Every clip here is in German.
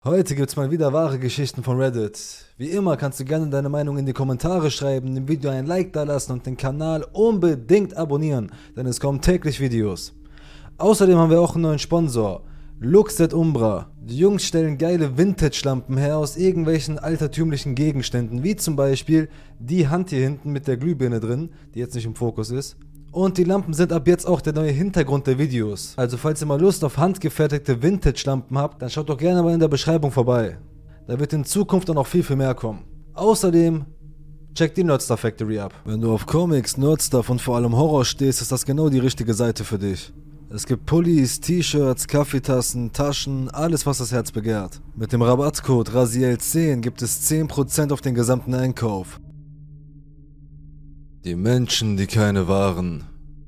Heute gibt's mal wieder wahre Geschichten von Reddit. Wie immer kannst du gerne deine Meinung in die Kommentare schreiben, dem Video ein Like dalassen und den Kanal unbedingt abonnieren, denn es kommen täglich Videos. Außerdem haben wir auch einen neuen Sponsor, Luxet Umbra. Die Jungs stellen geile Vintage-Lampen her aus irgendwelchen altertümlichen Gegenständen, wie zum Beispiel die Hand hier hinten mit der Glühbirne drin, die jetzt nicht im Fokus ist. Und die Lampen sind ab jetzt auch der neue Hintergrund der Videos. Also falls ihr mal Lust auf handgefertigte Vintage-Lampen habt, dann schaut doch gerne mal in der Beschreibung vorbei. Da wird in Zukunft dann noch viel mehr kommen. Außerdem checkt die Nerdstar Factory ab. Wenn du auf Comics, Nerdstuff und vor allem Horror stehst, ist das genau die richtige Seite für dich. Es gibt Pullis, T-Shirts, Kaffeetassen, Taschen, alles was das Herz begehrt. Mit dem Rabattcode RAZIEL10 gibt es 10% auf den gesamten Einkauf. Die Menschen, die keine waren.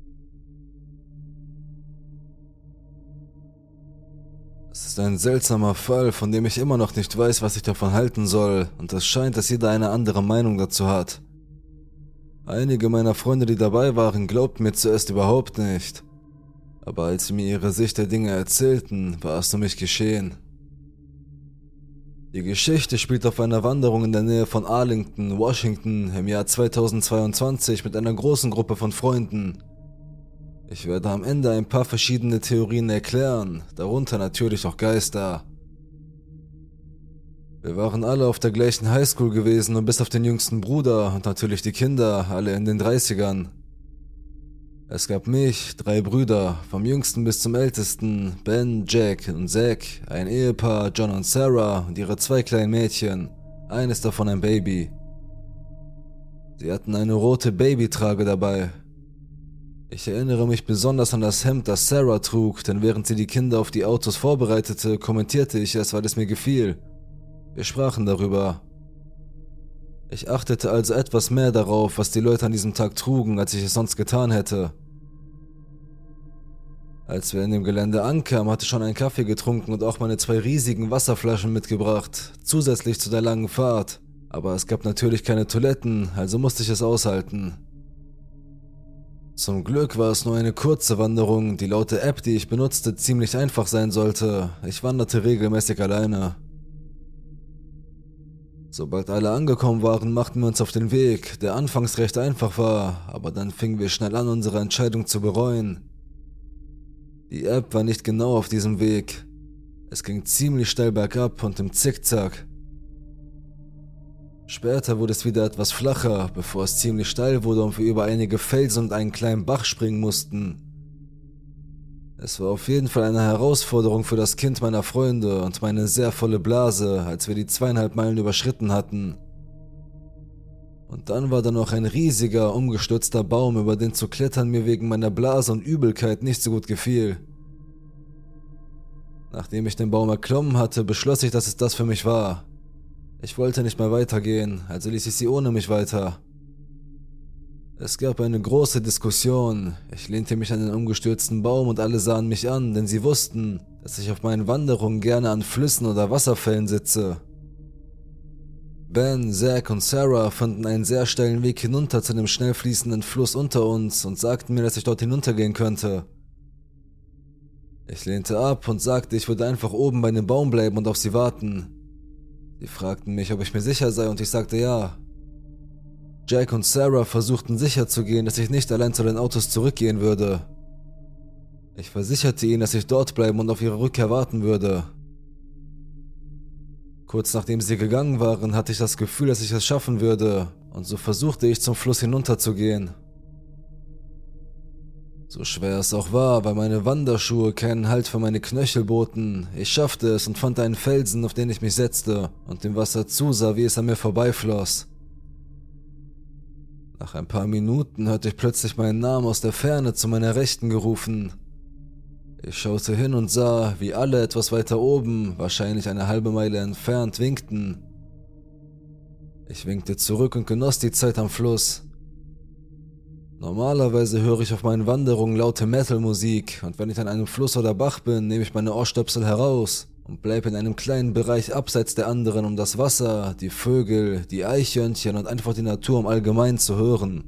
Es ist ein seltsamer Fall, von dem ich immer noch nicht weiß, was ich davon halten soll, und es scheint, dass jeder eine andere Meinung dazu hat. Einige meiner Freunde, die dabei waren, glaubten mir zuerst überhaupt nicht. Aber als sie mir ihre Sicht der Dinge erzählten, war es für mich geschehen. Die Geschichte spielt auf einer Wanderung in der Nähe von Arlington, Washington im Jahr 2022 mit einer großen Gruppe von Freunden. Ich werde am Ende ein paar verschiedene Theorien erklären, darunter natürlich auch Geister. Wir waren alle auf der gleichen Highschool gewesen und bis auf den jüngsten Bruder und natürlich die Kinder, alle in den 30ern. Es gab mich, 3 Brüder, vom jüngsten bis zum ältesten, Ben, Jack und Zach, ein Ehepaar, John und Sarah und ihre 2 kleinen Mädchen, eines davon ein Baby. Sie hatten eine rote Babytrage dabei. Ich erinnere mich besonders an das Hemd, das Sarah trug, denn während sie die Kinder auf die Autos vorbereitete, kommentierte ich es, weil es mir gefiel. Wir sprachen darüber. Ich achtete also etwas mehr darauf, was die Leute an diesem Tag trugen, als ich es sonst getan hätte. Als wir in dem Gelände ankamen, hatte ich schon einen Kaffee getrunken und auch meine 2 riesigen Wasserflaschen mitgebracht, zusätzlich zu der langen Fahrt. Aber es gab natürlich keine Toiletten, also musste ich es aushalten. Zum Glück war es nur eine kurze Wanderung, die laut der App, die ich benutzte, ziemlich einfach sein sollte. Ich wanderte regelmäßig alleine. Sobald alle angekommen waren, machten wir uns auf den Weg, der anfangs recht einfach war, aber dann fingen wir schnell an, unsere Entscheidung zu bereuen. Die App war nicht genau auf diesem Weg. Es ging ziemlich steil bergab und im Zickzack. Später wurde es wieder etwas flacher, bevor es ziemlich steil wurde und wir über einige Felsen und einen kleinen Bach springen mussten. Es war auf jeden Fall eine Herausforderung für das Kind meiner Freunde und meine sehr volle Blase, als wir die 2,5 Meilen überschritten hatten. Und dann war da noch ein riesiger, umgestürzter Baum, über den zu klettern mir wegen meiner Blase und Übelkeit nicht so gut gefiel. Nachdem ich den Baum erklommen hatte, beschloss ich, dass es das für mich war. Ich wollte nicht mehr weitergehen, also ließ ich sie ohne mich weiter. Es gab eine große Diskussion. Ich lehnte mich an den umgestürzten Baum und alle sahen mich an, denn sie wussten, dass ich auf meinen Wanderungen gerne an Flüssen oder Wasserfällen sitze. Ben, Zach und Sarah fanden einen sehr steilen Weg hinunter zu dem schnell fließenden Fluss unter uns und sagten mir, dass ich dort hinuntergehen könnte. Ich lehnte ab und sagte, ich würde einfach oben bei dem Baum bleiben und auf sie warten. Sie fragten mich, ob ich mir sicher sei, und ich sagte ja. Jack und Sarah versuchten sicherzugehen, dass ich nicht allein zu den Autos zurückgehen würde. Ich versicherte ihnen, dass ich dort bleiben und auf ihre Rückkehr warten würde. Kurz nachdem sie gegangen waren, hatte ich das Gefühl, dass ich es schaffen würde, und so versuchte ich zum Fluss hinunterzugehen. So schwer es auch war, weil meine Wanderschuhe keinen Halt für meine Knöchel boten, ich schaffte es und fand einen Felsen, auf den ich mich setzte und dem Wasser zusah, wie es an mir vorbeifloss. Nach ein paar Minuten hörte ich plötzlich meinen Namen aus der Ferne zu meiner Rechten gerufen. Ich schaute hin und sah, wie alle etwas weiter oben, wahrscheinlich eine halbe Meile entfernt, winkten. Ich winkte zurück und genoss die Zeit am Fluss. Normalerweise höre ich auf meinen Wanderungen laute Metal-Musik und wenn ich an einem Fluss oder Bach bin, nehme ich meine Ohrstöpsel heraus und bleibe in einem kleinen Bereich abseits der anderen, um das Wasser, die Vögel, die Eichhörnchen und einfach die Natur im Allgemeinen zu hören.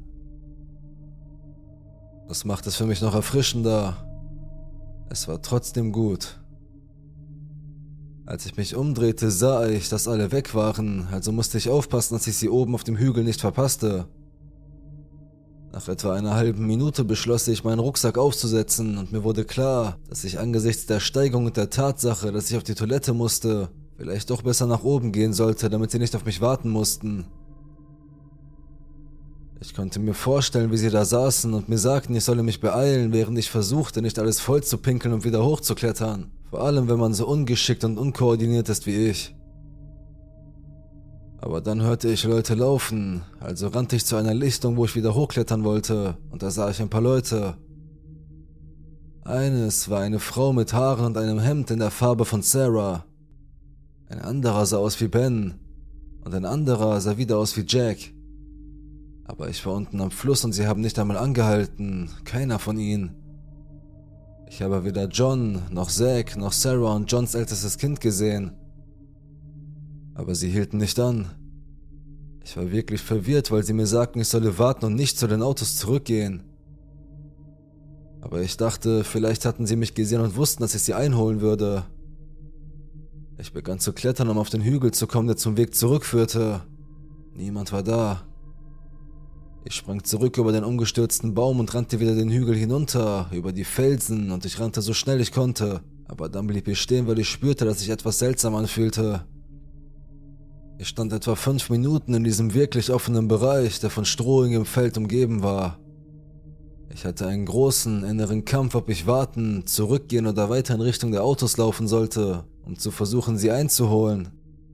Das macht es für mich noch erfrischender. Es war trotzdem gut. Als ich mich umdrehte, sah ich, dass alle weg waren, also musste ich aufpassen, dass ich sie oben auf dem Hügel nicht verpasste. Nach etwa einer halben Minute beschloss ich, meinen Rucksack aufzusetzen und mir wurde klar, dass ich angesichts der Steigung und der Tatsache, dass ich auf die Toilette musste, vielleicht doch besser nach oben gehen sollte, damit sie nicht auf mich warten mussten. Ich konnte mir vorstellen, wie sie da saßen und mir sagten, ich solle mich beeilen, während ich versuchte, nicht alles voll zu pinkeln und wieder hochzuklettern. Vor allem, wenn man so ungeschickt und unkoordiniert ist wie ich. Aber dann hörte ich Leute laufen, also rannte ich zu einer Lichtung, wo ich wieder hochklettern wollte, und da sah ich ein paar Leute. Eines war eine Frau mit Haaren und einem Hemd in der Farbe von Sarah. Ein anderer sah aus wie Ben und ein anderer sah wieder aus wie Jack. Aber ich war unten am Fluss und sie haben nicht einmal angehalten, keiner von ihnen. Ich habe weder John, noch Zack, noch Sarah und Johns ältestes Kind gesehen. Aber sie hielten nicht an. Ich war wirklich verwirrt, weil sie mir sagten, ich solle warten und nicht zu den Autos zurückgehen. Aber ich dachte, vielleicht hatten sie mich gesehen und wussten, dass ich sie einholen würde. Ich begann zu klettern, um auf den Hügel zu kommen, der zum Weg zurückführte. Niemand war da. Ich sprang zurück über den umgestürzten Baum und rannte wieder den Hügel hinunter, über die Felsen, und ich rannte so schnell ich konnte. Aber dann blieb ich stehen, weil ich spürte, dass sich etwas seltsam anfühlte. Ich stand etwa 5 Minuten in diesem wirklich offenen Bereich, der von strohigem Feld umgeben war. Ich hatte einen großen, inneren Kampf, ob ich warten, zurückgehen oder weiter in Richtung der Autos laufen sollte, um zu versuchen, sie einzuholen.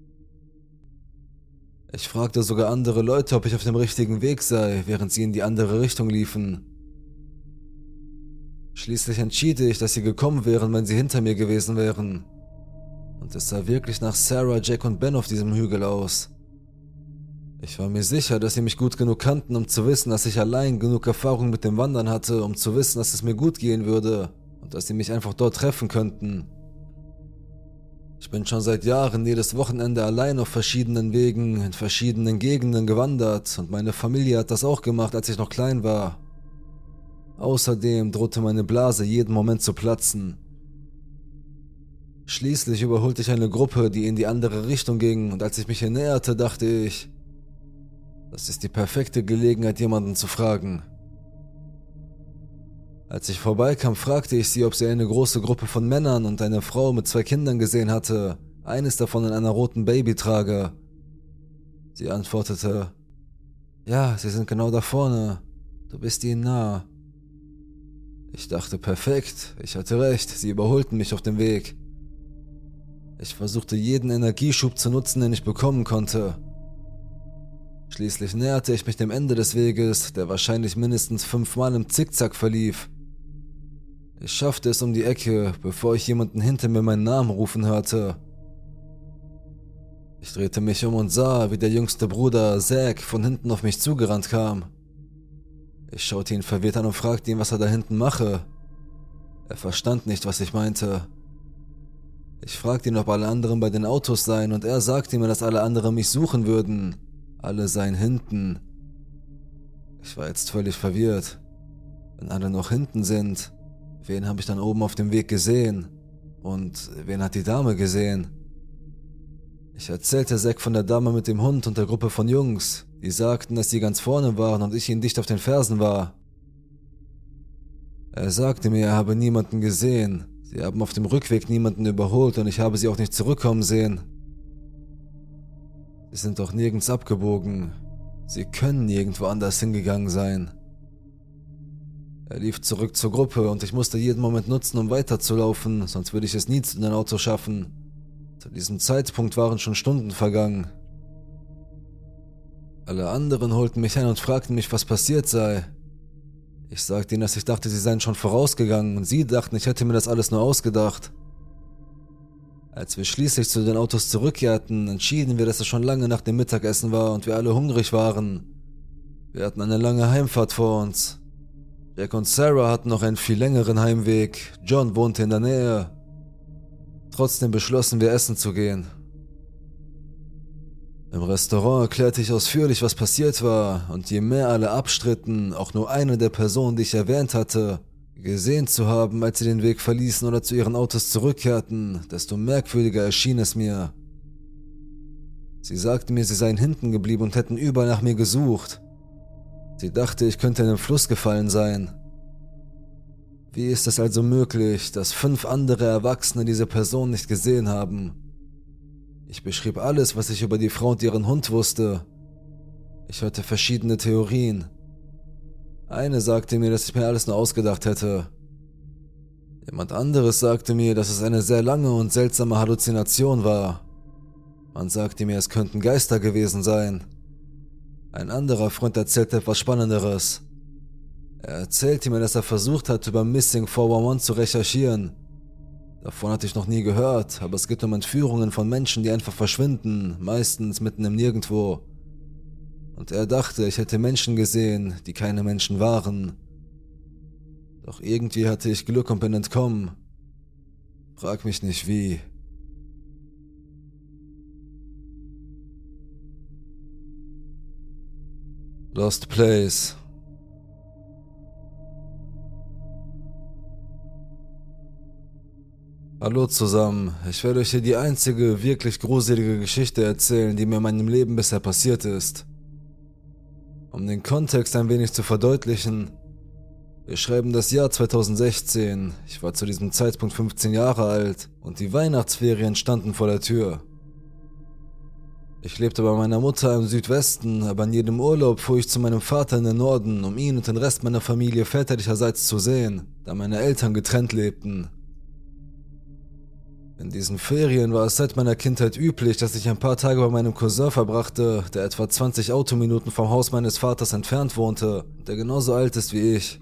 Ich fragte sogar andere Leute, ob ich auf dem richtigen Weg sei, während sie in die andere Richtung liefen. Schließlich entschied ich, dass sie gekommen wären, wenn sie hinter mir gewesen wären. Und es sah wirklich nach Sarah, Jack und Ben auf diesem Hügel aus. Ich war mir sicher, dass sie mich gut genug kannten, um zu wissen, dass ich allein genug Erfahrung mit dem Wandern hatte, um zu wissen, dass es mir gut gehen würde und dass sie mich einfach dort treffen könnten. Ich bin schon seit Jahren jedes Wochenende allein auf verschiedenen Wegen, in verschiedenen Gegenden gewandert und meine Familie hat das auch gemacht, als ich noch klein war. Außerdem drohte meine Blase jeden Moment zu platzen. Schließlich überholte ich eine Gruppe, die in die andere Richtung ging, und als ich mich hier näherte, dachte ich, das ist die perfekte Gelegenheit, jemanden zu fragen. Als ich vorbeikam, fragte ich sie, ob sie eine große Gruppe von Männern und eine Frau mit 2 Kindern gesehen hatte, eines davon in einer roten Babytrage. Sie antwortete, ja, sie sind genau da vorne, du bist ihnen nah. Ich dachte, perfekt, ich hatte recht, sie überholten mich auf dem Weg. Ich versuchte jeden Energieschub zu nutzen, den ich bekommen konnte. Schließlich näherte ich mich dem Ende des Weges, der wahrscheinlich mindestens 5-mal im Zickzack verlief. Ich schaffte es um die Ecke, bevor ich jemanden hinter mir meinen Namen rufen hörte. Ich drehte mich um und sah, wie der jüngste Bruder, Zack, von hinten auf mich zugerannt kam. Ich schaute ihn verwirrt an und fragte ihn, was er da hinten mache. Er verstand nicht, was ich meinte. Ich fragte ihn, ob alle anderen bei den Autos seien, und er sagte mir, dass alle anderen mich suchen würden. Alle seien hinten. Ich war jetzt völlig verwirrt. Wenn alle noch hinten sind, wen habe ich dann oben auf dem Weg gesehen? Und wen hat die Dame gesehen? Ich erzählte Zack von der Dame mit dem Hund und der Gruppe von Jungs, die sagten, dass sie ganz vorne waren und ich ihnen dicht auf den Fersen war. Er sagte mir, er habe niemanden gesehen. Sie haben auf dem Rückweg niemanden überholt und ich habe sie auch nicht zurückkommen sehen. Sie sind doch nirgends abgebogen. Sie können nirgendwo anders hingegangen sein. Er lief zurück zur Gruppe und ich musste jeden Moment nutzen, um weiterzulaufen, sonst würde ich es nie zu den Autos schaffen. Zu diesem Zeitpunkt waren schon Stunden vergangen. Alle anderen holten mich ein und fragten mich, was passiert sei. Ich sagte ihnen, dass ich dachte, sie seien schon vorausgegangen und sie dachten, ich hätte mir das alles nur ausgedacht. Als wir schließlich zu den Autos zurückkehrten, entschieden wir, dass es schon lange nach dem Mittagessen war und wir alle hungrig waren. Wir hatten eine lange Heimfahrt vor uns. Jack und Sarah hatten noch einen viel längeren Heimweg, John wohnte in der Nähe. Trotzdem beschlossen wir, essen zu gehen. Im Restaurant erklärte ich ausführlich, was passiert war, und je mehr alle abstritten, auch nur eine der Personen, die ich erwähnt hatte, gesehen zu haben, als sie den Weg verließen oder zu ihren Autos zurückkehrten, desto merkwürdiger erschien es mir. Sie sagte mir, sie seien hinten geblieben und hätten überall nach mir gesucht. Sie dachte, ich könnte in den Fluss gefallen sein. Wie ist es also möglich, dass 5 andere Erwachsene diese Person nicht gesehen haben? Ich beschrieb alles, was ich über die Frau und ihren Hund wusste. Ich hörte verschiedene Theorien. Eine sagte mir, dass ich mir alles nur ausgedacht hätte. Jemand anderes sagte mir, dass es eine sehr lange und seltsame Halluzination war. Man sagte mir, es könnten Geister gewesen sein. Ein anderer Freund erzählte etwas Spannenderes. Er erzählte mir, dass er versucht hat, über Missing 411 zu recherchieren. Davon hatte ich noch nie gehört, aber es geht um Entführungen von Menschen, die einfach verschwinden, meistens mitten im Nirgendwo. Und er dachte, ich hätte Menschen gesehen, die keine Menschen waren. Doch irgendwie hatte ich Glück und bin entkommen. Frag mich nicht wie. Lost Place. Hallo zusammen, ich werde euch hier die einzige wirklich gruselige Geschichte erzählen, die mir in meinem Leben bisher passiert ist. Um den Kontext ein wenig zu verdeutlichen, wir schreiben das Jahr 2016, ich war zu diesem Zeitpunkt 15 Jahre alt und die Weihnachtsferien standen vor der Tür. Ich lebte bei meiner Mutter im Südwesten, aber in jedem Urlaub fuhr ich zu meinem Vater in den Norden, um ihn und den Rest meiner Familie väterlicherseits zu sehen, da meine Eltern getrennt lebten. In diesen Ferien war es seit meiner Kindheit üblich, dass ich ein paar Tage bei meinem Cousin verbrachte, der etwa 20 Autominuten vom Haus meines Vaters entfernt wohnte, der genauso alt ist wie ich.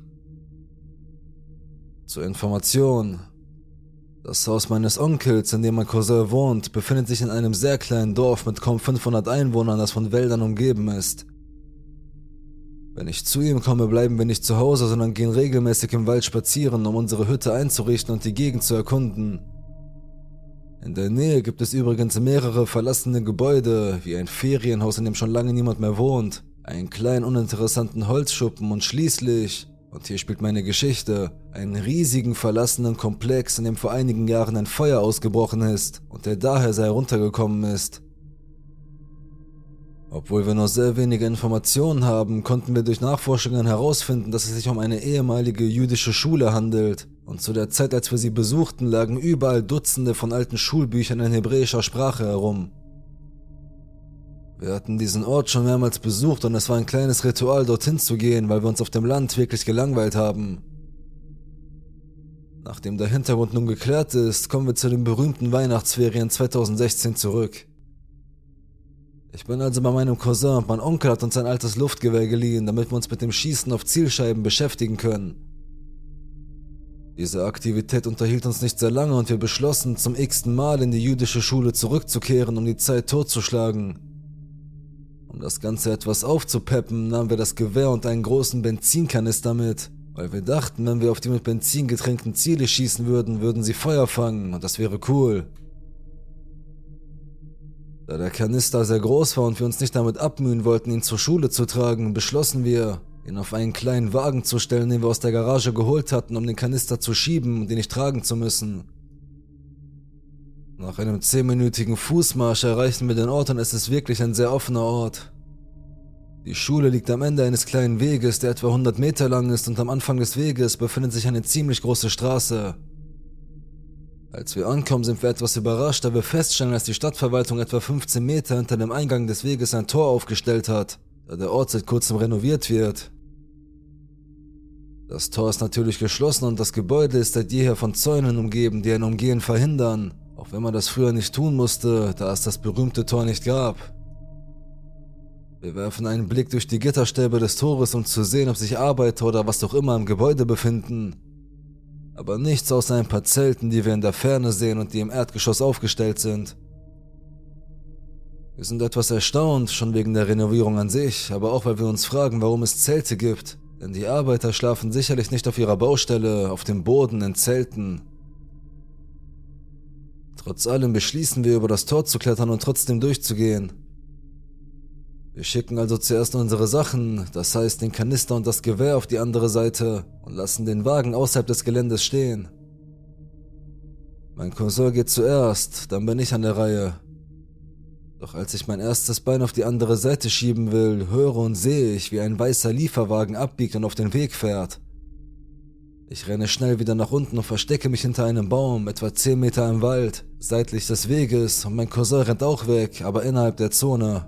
Zur Information: Das Haus meines Onkels, in dem mein Cousin wohnt, befindet sich in einem sehr kleinen Dorf mit kaum 500 Einwohnern, das von Wäldern umgeben ist. Wenn ich zu ihm komme, bleiben wir nicht zu Hause, sondern gehen regelmäßig im Wald spazieren, um unsere Hütte einzurichten und die Gegend zu erkunden. In der Nähe gibt es übrigens mehrere verlassene Gebäude, wie ein Ferienhaus, in dem schon lange niemand mehr wohnt, einen kleinen uninteressanten Holzschuppen und schließlich, und hier spielt meine Geschichte, einen riesigen verlassenen Komplex, in dem vor einigen Jahren ein Feuer ausgebrochen ist und der daher sehr heruntergekommen ist. Obwohl wir nur sehr wenige Informationen haben, konnten wir durch Nachforschungen herausfinden, dass es sich um eine ehemalige jüdische Schule handelt. Und zu der Zeit, als wir sie besuchten, lagen überall Dutzende von alten Schulbüchern in hebräischer Sprache herum. Wir hatten diesen Ort schon mehrmals besucht und es war ein kleines Ritual, dorthin zu gehen, weil wir uns auf dem Land wirklich gelangweilt haben. Nachdem der Hintergrund nun geklärt ist, kommen wir zu den berühmten Weihnachtsferien 2016 zurück. Ich bin also bei meinem Cousin und mein Onkel hat uns ein altes Luftgewehr geliehen, damit wir uns mit dem Schießen auf Zielscheiben beschäftigen können. Diese Aktivität unterhielt uns nicht sehr lange und wir beschlossen, zum x-ten Mal in die jüdische Schule zurückzukehren, um die Zeit totzuschlagen. Um das Ganze etwas aufzupeppen, nahmen wir das Gewehr und einen großen Benzinkanister mit, weil wir dachten, wenn wir auf die mit Benzin getränkten Ziele schießen würden, würden sie Feuer fangen und das wäre cool. Da der Kanister sehr groß war und wir uns nicht damit abmühen wollten, ihn zur Schule zu tragen, beschlossen wir, ihn auf einen kleinen Wagen zu stellen, den wir aus der Garage geholt hatten, um den Kanister zu schieben und ihn nicht tragen zu müssen. Nach einem 10-minütigen Fußmarsch erreichten wir den Ort und es ist wirklich ein sehr offener Ort. Die Schule liegt am Ende eines kleinen Weges, der etwa 100 Meter lang ist und am Anfang des Weges befindet sich eine ziemlich große Straße. Als wir ankommen, sind wir etwas überrascht, da wir feststellen, dass die Stadtverwaltung etwa 15 Meter hinter dem Eingang des Weges ein Tor aufgestellt hat, da der Ort seit kurzem renoviert wird. Das Tor ist natürlich geschlossen und das Gebäude ist seit jeher von Zäunen umgeben, die ein Umgehen verhindern, auch wenn man das früher nicht tun musste, da es das berühmte Tor nicht gab. Wir werfen einen Blick durch die Gitterstäbe des Tores, um zu sehen, ob sich Arbeiter oder was auch immer im Gebäude befinden. Aber nichts außer ein paar Zelten, die wir in der Ferne sehen und die im Erdgeschoss aufgestellt sind. Wir sind etwas erstaunt, schon wegen der Renovierung an sich, aber auch weil wir uns fragen, warum es Zelte gibt, denn die Arbeiter schlafen sicherlich nicht auf ihrer Baustelle, auf dem Boden, in Zelten. Trotz allem beschließen wir, über das Tor zu klettern und trotzdem durchzugehen. Wir schicken also zuerst unsere Sachen, das heißt den Kanister und das Gewehr auf die andere Seite und lassen den Wagen außerhalb des Geländes stehen. Mein Cousin geht zuerst, dann bin ich an der Reihe. Doch als ich mein erstes Bein auf die andere Seite schieben will, höre und sehe ich, wie ein weißer Lieferwagen abbiegt und auf den Weg fährt. Ich renne schnell wieder nach unten und verstecke mich hinter einem Baum, etwa 10 Meter im Wald, seitlich des Weges, und mein Cousin rennt auch weg, aber innerhalb der Zone.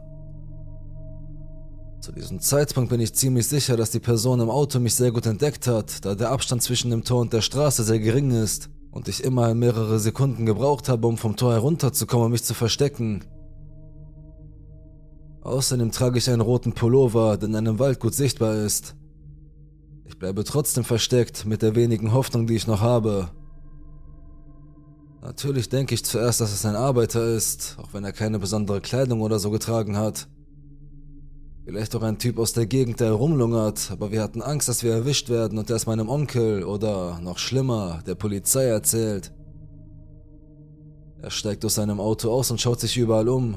Zu diesem Zeitpunkt bin ich ziemlich sicher, dass die Person im Auto mich sehr gut entdeckt hat, da der Abstand zwischen dem Tor und der Straße sehr gering ist und ich immerhin mehrere Sekunden gebraucht habe, um vom Tor herunterzukommen und mich zu verstecken. Außerdem trage ich einen roten Pullover, der in einem Wald gut sichtbar ist. Ich bleibe trotzdem versteckt, mit der wenigen Hoffnung, die ich noch habe. Natürlich denke ich zuerst, dass es ein Arbeiter ist, auch wenn er keine besondere Kleidung oder so getragen hat. Vielleicht auch ein Typ aus der Gegend, der herumlungert, aber wir hatten Angst, dass wir erwischt werden und er es meinem Onkel oder, noch schlimmer, der Polizei erzählt. Er steigt aus seinem Auto aus und schaut sich überall um.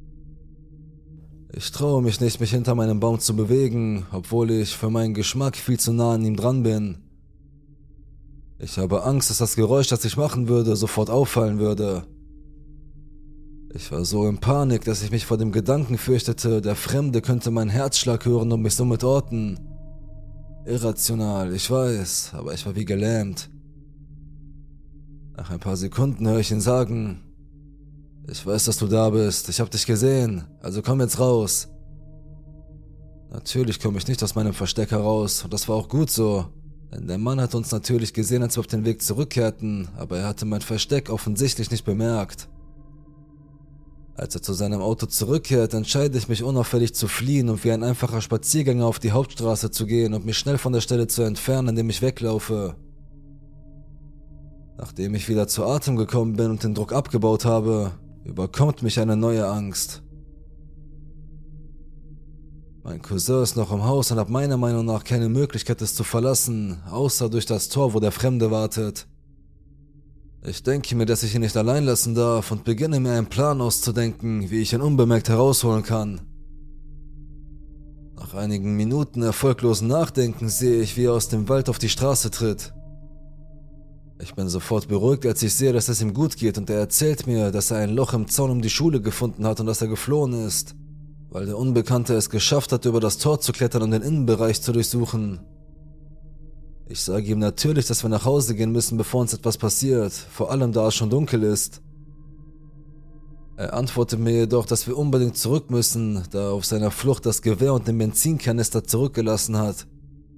Ich traue mich nicht, mich hinter meinem Baum zu bewegen, obwohl ich für meinen Geschmack viel zu nah an ihm dran bin. Ich habe Angst, dass das Geräusch, das ich machen würde, sofort auffallen würde. Ich war so in Panik, dass ich mich vor dem Gedanken fürchtete, der Fremde könnte meinen Herzschlag hören und mich somit orten. Irrational, ich weiß, aber ich war wie gelähmt. Nach ein paar Sekunden höre ich ihn sagen: Ich weiß, dass du da bist, ich hab dich gesehen, also komm jetzt raus. Natürlich komme ich nicht aus meinem Versteck heraus, und das war auch gut so, denn der Mann hat uns natürlich gesehen, als wir auf den Weg zurückkehrten, aber er hatte mein Versteck offensichtlich nicht bemerkt. Als er zu seinem Auto zurückkehrt, entscheide ich mich unauffällig zu fliehen und wie ein einfacher Spaziergänger auf die Hauptstraße zu gehen und mich schnell von der Stelle zu entfernen, indem ich weglaufe. Nachdem ich wieder zu Atem gekommen bin und den Druck abgebaut habe, überkommt mich eine neue Angst. Mein Cousin ist noch im Haus und hat meiner Meinung nach keine Möglichkeit, es zu verlassen, außer durch das Tor, wo der Fremde wartet. Ich denke mir, dass ich ihn nicht allein lassen darf und beginne mir einen Plan auszudenken, wie ich ihn unbemerkt herausholen kann. Nach einigen Minuten erfolglosen Nachdenkens sehe ich, wie er aus dem Wald auf die Straße tritt. Ich bin sofort beruhigt, als ich sehe, dass es ihm gut geht, und er erzählt mir, dass er ein Loch im Zaun um die Schule gefunden hat und dass er geflohen ist, weil der Unbekannte es geschafft hat, über das Tor zu klettern und den Innenbereich zu durchsuchen. Ich sage ihm natürlich, dass wir nach Hause gehen müssen, bevor uns etwas passiert, vor allem da es schon dunkel ist. Er antwortet mir jedoch, dass wir unbedingt zurück müssen, da er auf seiner Flucht das Gewehr und den Benzinkanister zurückgelassen hat.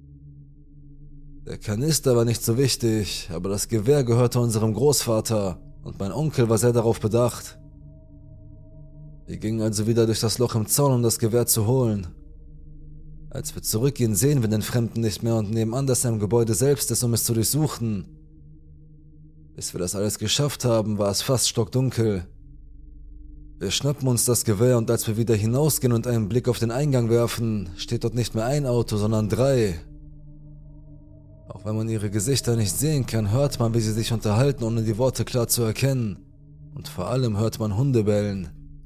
Der Kanister war nicht so wichtig, aber das Gewehr gehörte unserem Großvater und mein Onkel war sehr darauf bedacht. Wir gingen also wieder durch das Loch im Zaun, um das Gewehr zu holen. Als wir zurückgehen, sehen wir den Fremden nicht mehr und nehmen an, dass er im Gebäude selbst ist, um es zu durchsuchen. Bis wir das alles geschafft haben, war es fast stockdunkel. Wir schnappen uns das Gewehr und als wir wieder hinausgehen und einen Blick auf den Eingang werfen, steht dort nicht mehr ein Auto, sondern 3. Auch wenn man ihre Gesichter nicht sehen kann, hört man, wie sie sich unterhalten, ohne die Worte klar zu erkennen. Und vor allem hört man Hunde bellen.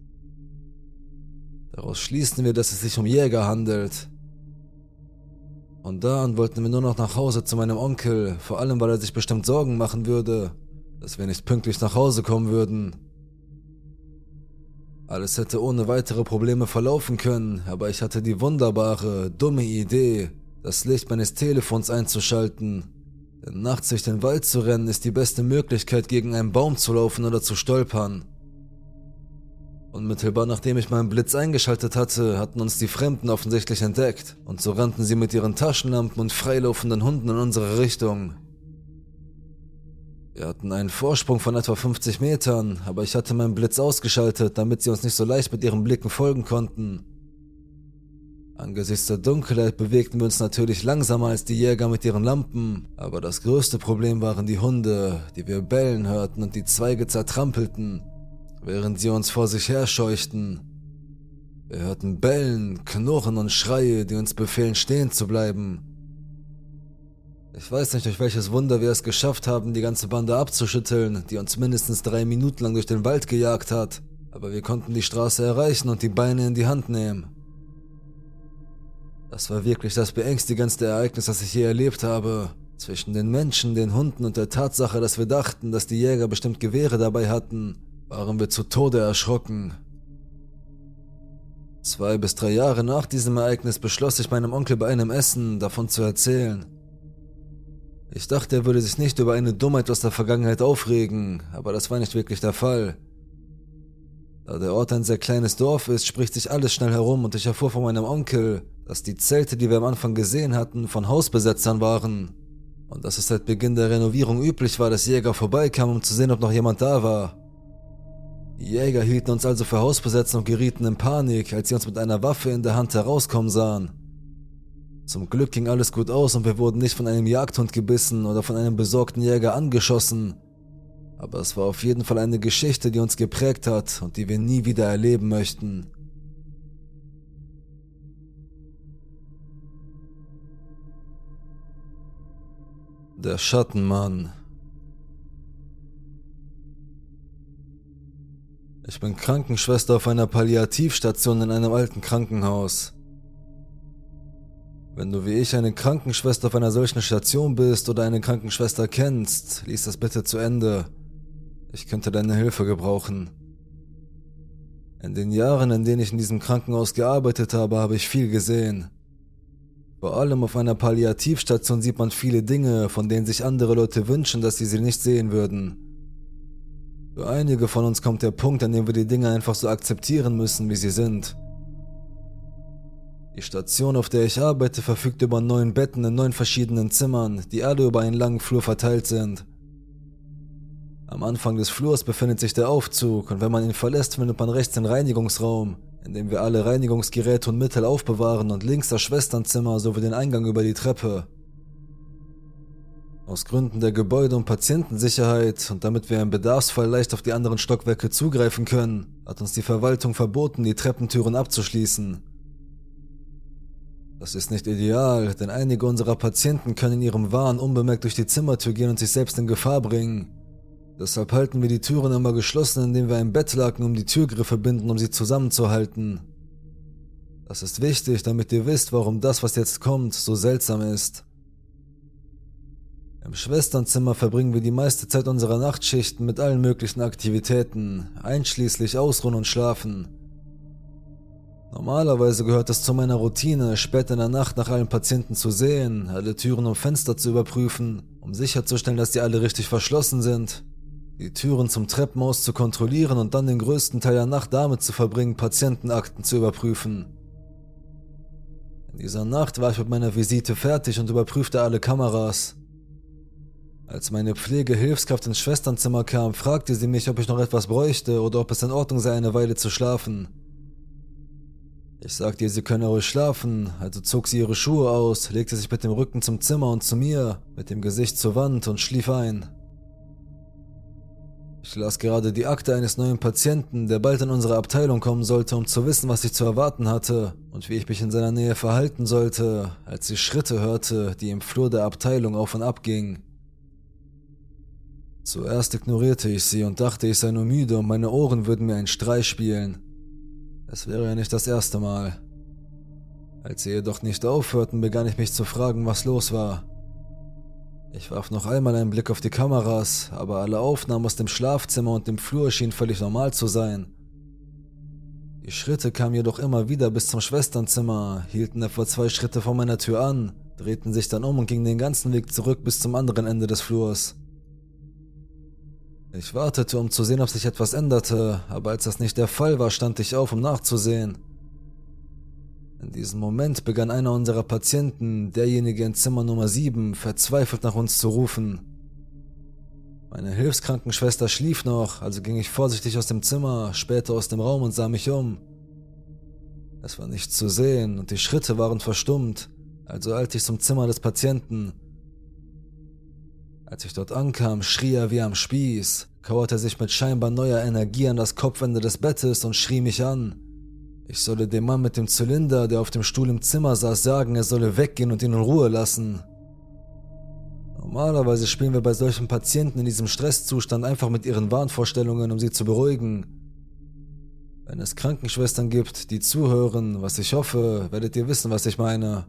Daraus schließen wir, dass es sich um Jäger handelt. Von da an wollten wir nur noch nach Hause zu meinem Onkel, vor allem weil er sich bestimmt Sorgen machen würde, dass wir nicht pünktlich nach Hause kommen würden. Alles hätte ohne weitere Probleme verlaufen können, aber ich hatte die wunderbare, dumme Idee, das Licht meines Telefons einzuschalten. Denn nachts durch den Wald zu rennen ist die beste Möglichkeit, gegen einen Baum zu laufen oder zu stolpern. Unmittelbar nachdem ich meinen Blitz eingeschaltet hatte, hatten uns die Fremden offensichtlich entdeckt und so rannten sie mit ihren Taschenlampen und freilaufenden Hunden in unsere Richtung. Wir hatten einen Vorsprung von etwa 50 Metern, aber ich hatte meinen Blitz ausgeschaltet, damit sie uns nicht so leicht mit ihren Blicken folgen konnten. Angesichts der Dunkelheit bewegten wir uns natürlich langsamer als die Jäger mit ihren Lampen, aber das größte Problem waren die Hunde, die wir bellen hörten und die Zweige zertrampelten, während sie uns vor sich herscheuchten. Wir hörten Bellen, Knurren und Schreie, die uns befehlen, stehen zu bleiben. Ich weiß nicht, durch welches Wunder wir es geschafft haben, die ganze Bande abzuschütteln, die uns mindestens 3 Minuten lang durch den Wald gejagt hat, aber wir konnten die Straße erreichen und die Beine in die Hand nehmen. Das war wirklich das beängstigendste Ereignis, das ich je erlebt habe. Zwischen den Menschen, den Hunden und der Tatsache, dass wir dachten, dass die Jäger bestimmt Gewehre dabei hatten, waren wir zu Tode erschrocken. 2 bis 3 Jahre nach diesem Ereignis beschloss ich meinem Onkel bei einem Essen, davon zu erzählen. Ich dachte, er würde sich nicht über eine Dummheit aus der Vergangenheit aufregen, aber das war nicht wirklich der Fall. Da der Ort ein sehr kleines Dorf ist, spricht sich alles schnell herum und ich erfuhr von meinem Onkel, dass die Zelte, die wir am Anfang gesehen hatten, von Hausbesetzern waren und dass es seit Beginn der Renovierung üblich war, dass Jäger vorbeikamen, um zu sehen, ob noch jemand da war. Die Jäger hielten uns also für Hausbesetzer und gerieten in Panik, als sie uns mit einer Waffe in der Hand herauskommen sahen. Zum Glück ging alles gut aus und wir wurden nicht von einem Jagdhund gebissen oder von einem besorgten Jäger angeschossen. Aber es war auf jeden Fall eine Geschichte, die uns geprägt hat und die wir nie wieder erleben möchten. Der Schattenmann. Ich bin Krankenschwester auf einer Palliativstation in einem alten Krankenhaus. Wenn du wie ich eine Krankenschwester auf einer solchen Station bist oder eine Krankenschwester kennst, lies das bitte zu Ende. Ich könnte deine Hilfe gebrauchen. In den Jahren, in denen ich in diesem Krankenhaus gearbeitet habe, habe ich viel gesehen. Vor allem auf einer Palliativstation sieht man viele Dinge, von denen sich andere Leute wünschen, dass sie nicht sehen würden. Für einige von uns kommt der Punkt, an dem wir die Dinge einfach so akzeptieren müssen, wie sie sind. Die Station, auf der ich arbeite, verfügt über 9 Betten in 9 verschiedenen Zimmern, die alle über einen langen Flur verteilt sind. Am Anfang des Flurs befindet sich der Aufzug und wenn man ihn verlässt, findet man rechts den Reinigungsraum, in dem wir alle Reinigungsgeräte und Mittel aufbewahren und links das Schwesternzimmer sowie den Eingang über die Treppe. Aus Gründen der Gebäude- und Patientensicherheit und damit wir im Bedarfsfall leicht auf die anderen Stockwerke zugreifen können, hat uns die Verwaltung verboten, die Treppentüren abzuschließen. Das ist nicht ideal, denn einige unserer Patienten können in ihrem Wahn unbemerkt durch die Zimmertür gehen und sich selbst in Gefahr bringen. Deshalb halten wir die Türen immer geschlossen, indem wir ein Bettlaken um die Türgriffe binden, um sie zusammenzuhalten. Das ist wichtig, damit ihr wisst, warum das, was jetzt kommt, so seltsam ist. Im Schwesternzimmer verbringen wir die meiste Zeit unserer Nachtschichten mit allen möglichen Aktivitäten, einschließlich Ausruhen und Schlafen. Normalerweise gehört es zu meiner Routine, spät in der Nacht nach allen Patienten zu sehen, alle Türen und Fenster zu überprüfen, um sicherzustellen, dass die alle richtig verschlossen sind, die Türen zum Treppenhaus zu kontrollieren und dann den größten Teil der Nacht damit zu verbringen, Patientenakten zu überprüfen. In dieser Nacht war ich mit meiner Visite fertig und überprüfte alle Kameras. Als meine Pflegehilfskraft ins Schwesternzimmer kam, fragte sie mich, ob ich noch etwas bräuchte oder ob es in Ordnung sei, eine Weile zu schlafen. Ich sagte ihr, sie könne ruhig schlafen, also zog sie ihre Schuhe aus, legte sich mit dem Rücken zum Zimmer und zu mir, mit dem Gesicht zur Wand und schlief ein. Ich las gerade die Akte eines neuen Patienten, der bald in unsere Abteilung kommen sollte, um zu wissen, was ich zu erwarten hatte und wie ich mich in seiner Nähe verhalten sollte, als ich Schritte hörte, die im Flur der Abteilung auf und ab gingen. Zuerst ignorierte ich sie und dachte, ich sei nur müde und meine Ohren würden mir einen Streich spielen. Es wäre ja nicht das erste Mal. Als sie jedoch nicht aufhörten, begann ich mich zu fragen, was los war. Ich warf noch einmal einen Blick auf die Kameras, aber alle Aufnahmen aus dem Schlafzimmer und dem Flur schienen völlig normal zu sein. Die Schritte kamen jedoch immer wieder bis zum Schwesternzimmer, hielten etwa 2 Schritte vor meiner Tür an, drehten sich dann um und gingen den ganzen Weg zurück bis zum anderen Ende des Flurs. Ich wartete, um zu sehen, ob sich etwas änderte, aber als das nicht der Fall war, stand ich auf, um nachzusehen. In diesem Moment begann einer unserer Patienten, derjenige in Zimmer Nummer 7, verzweifelt nach uns zu rufen. Meine Hilfskrankenschwester schlief noch, also ging ich vorsichtig aus dem Zimmer, später aus dem Raum und sah mich um. Es war nichts zu sehen und die Schritte waren verstummt, also eilte ich zum Zimmer des Patienten. Als ich dort ankam, schrie er wie am Spieß, kauerte sich mit scheinbar neuer Energie an das Kopfende des Bettes und schrie mich an. Ich solle dem Mann mit dem Zylinder, der auf dem Stuhl im Zimmer saß, sagen, er solle weggehen und ihn in Ruhe lassen. Normalerweise spielen wir bei solchen Patienten in diesem Stresszustand einfach mit ihren Wahnvorstellungen, um sie zu beruhigen. Wenn es Krankenschwestern gibt, die zuhören, was ich hoffe, werdet ihr wissen, was ich meine.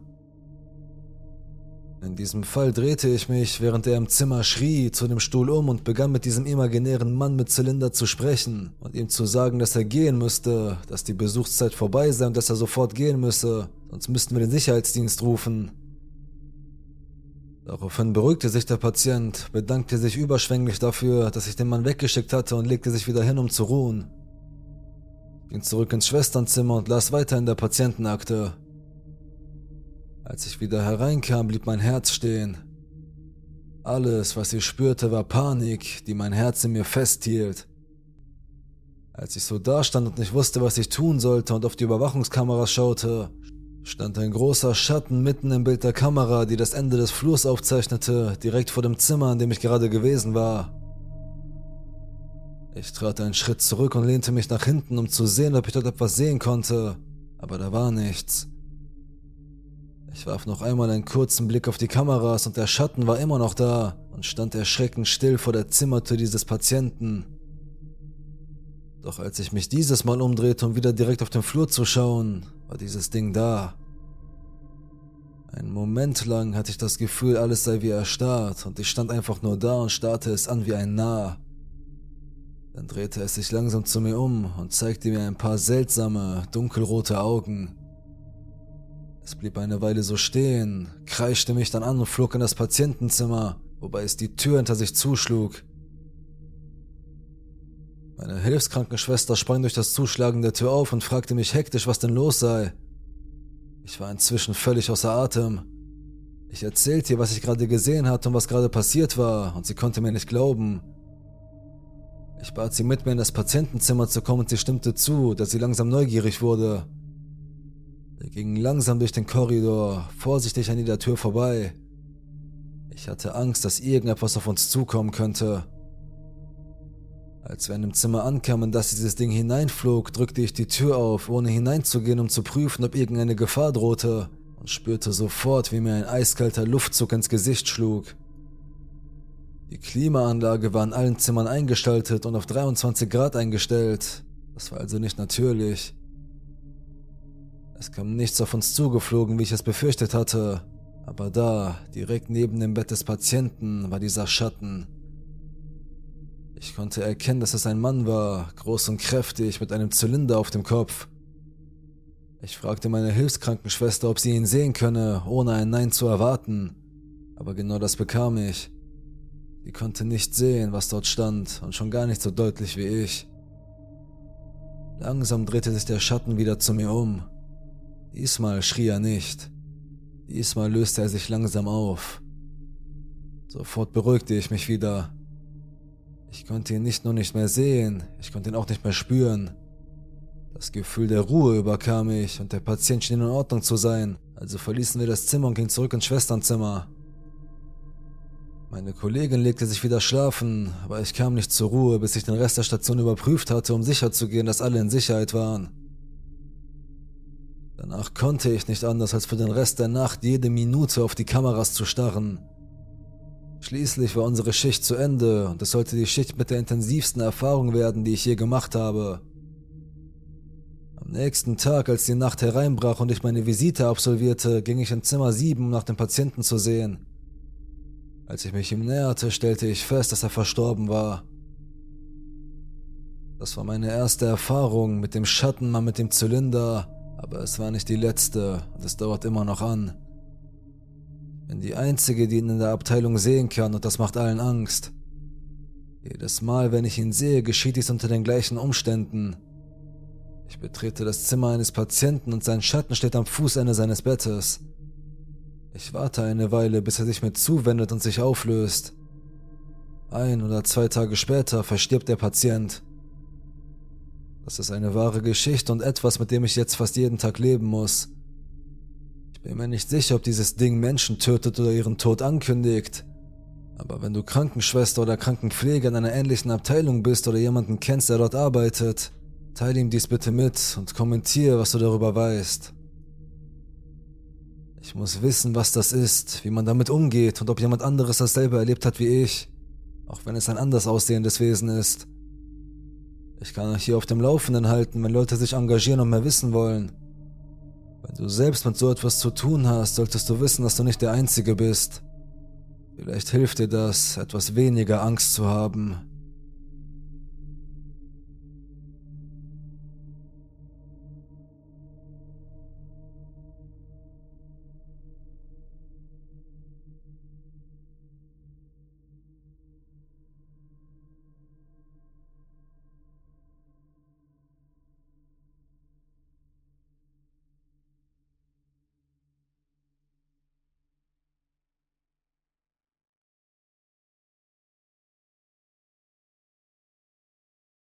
In diesem Fall drehte ich mich, während er im Zimmer schrie, zu dem Stuhl um und begann mit diesem imaginären Mann mit Zylinder zu sprechen und ihm zu sagen, dass er gehen müsste, dass die Besuchszeit vorbei sei und dass er sofort gehen müsse, sonst müssten wir den Sicherheitsdienst rufen. Daraufhin beruhigte sich der Patient, bedankte sich überschwänglich dafür, dass ich den Mann weggeschickt hatte und legte sich wieder hin, um zu ruhen. Ich ging zurück ins Schwesternzimmer und las weiter in der Patientenakte. Als ich wieder hereinkam, blieb mein Herz stehen. Alles, was ich spürte, war Panik, die mein Herz in mir festhielt. Als ich so dastand und nicht wusste, was ich tun sollte und auf die Überwachungskameras schaute, stand ein großer Schatten mitten im Bild der Kamera, die das Ende des Flurs aufzeichnete, direkt vor dem Zimmer, in dem ich gerade gewesen war. Ich trat einen Schritt zurück und lehnte mich nach hinten, um zu sehen, ob ich dort etwas sehen konnte, aber da war nichts. Ich warf noch einmal einen kurzen Blick auf die Kameras und der Schatten war immer noch da und stand erschreckend still vor der Zimmertür dieses Patienten. Doch als ich mich dieses Mal umdrehte, um wieder direkt auf den Flur zu schauen, war dieses Ding da. Einen Moment lang hatte ich das Gefühl, alles sei wie erstarrt und ich stand einfach nur da und starrte es an wie ein Narr. Dann drehte es sich langsam zu mir um und zeigte mir ein paar seltsame, dunkelrote Augen. Es blieb eine Weile so stehen, kreischte mich dann an und flog in das Patientenzimmer, wobei es die Tür hinter sich zuschlug. Meine Hilfskrankenschwester sprang durch das Zuschlagen der Tür auf und fragte mich hektisch, was denn los sei. Ich war inzwischen völlig außer Atem. Ich erzählte ihr, was ich gerade gesehen hatte und was gerade passiert war, und sie konnte mir nicht glauben. Ich bat sie, mit mir in das Patientenzimmer zu kommen, und sie stimmte zu, da sie langsam neugierig wurde. Wir gingen langsam durch den Korridor, vorsichtig an jeder Tür vorbei. Ich hatte Angst, dass irgendetwas auf uns zukommen könnte. Als wir in dem Zimmer ankamen, in das dieses Ding hineinflog, drückte ich die Tür auf, ohne hineinzugehen, um zu prüfen, ob irgendeine Gefahr drohte, und spürte sofort, wie mir ein eiskalter Luftzug ins Gesicht schlug. Die Klimaanlage war in allen Zimmern eingeschaltet und auf 23 Grad eingestellt. Das war also nicht natürlich. Es kam nichts auf uns zugeflogen, wie ich es befürchtet hatte, aber da, direkt neben dem Bett des Patienten, war dieser Schatten. Ich konnte erkennen, dass es ein Mann war, groß und kräftig, mit einem Zylinder auf dem Kopf. Ich fragte meine Hilfskrankenschwester, ob sie ihn sehen könne, ohne ein Nein zu erwarten, aber genau das bekam ich. Sie konnte nicht sehen, was dort stand, und schon gar nicht so deutlich wie ich. Langsam drehte sich der Schatten wieder zu mir um. Diesmal schrie er nicht. Diesmal löste er sich langsam auf. Sofort beruhigte ich mich wieder. Ich konnte ihn nicht nur nicht mehr sehen, ich konnte ihn auch nicht mehr spüren. Das Gefühl der Ruhe überkam mich und der Patient schien in Ordnung zu sein, also verließen wir das Zimmer und gingen zurück ins Schwesternzimmer. Meine Kollegin legte sich wieder schlafen, aber ich kam nicht zur Ruhe, bis ich den Rest der Station überprüft hatte, um sicherzugehen, dass alle in Sicherheit waren. Danach konnte ich nicht anders, als für den Rest der Nacht jede Minute auf die Kameras zu starren. Schließlich war unsere Schicht zu Ende und es sollte die Schicht mit der intensivsten Erfahrung werden, die ich je gemacht habe. Am nächsten Tag, als die Nacht hereinbrach und ich meine Visite absolvierte, ging ich in Zimmer 7, um nach dem Patienten zu sehen. Als ich mich ihm näherte, stellte ich fest, dass er verstorben war. Das war meine erste Erfahrung mit dem Schattenmann mit dem Zylinder, aber es war nicht die letzte und es dauert immer noch an. Ich bin die Einzige, die ihn in der Abteilung sehen kann und das macht allen Angst. Jedes Mal, wenn ich ihn sehe, geschieht dies unter den gleichen Umständen. Ich betrete das Zimmer eines Patienten und sein Schatten steht am Fußende seines Bettes. Ich warte eine Weile, bis er sich mir zuwendet und sich auflöst. 1 oder 2 Tage später verstirbt der Patient. Das ist eine wahre Geschichte und etwas, mit dem ich jetzt fast jeden Tag leben muss. Ich bin mir nicht sicher, ob dieses Ding Menschen tötet oder ihren Tod ankündigt. Aber wenn du Krankenschwester oder Krankenpfleger in einer ähnlichen Abteilung bist oder jemanden kennst, der dort arbeitet, teile ihm dies bitte mit und kommentiere, was du darüber weißt. Ich muss wissen, was das ist, wie man damit umgeht und ob jemand anderes dasselbe erlebt hat wie ich, auch wenn es ein anders aussehendes Wesen ist. Ich kann euch hier auf dem Laufenden halten, wenn Leute sich engagieren und mehr wissen wollen. Wenn du selbst mit so etwas zu tun hast, solltest du wissen, dass du nicht der Einzige bist. Vielleicht hilft dir das, etwas weniger Angst zu haben.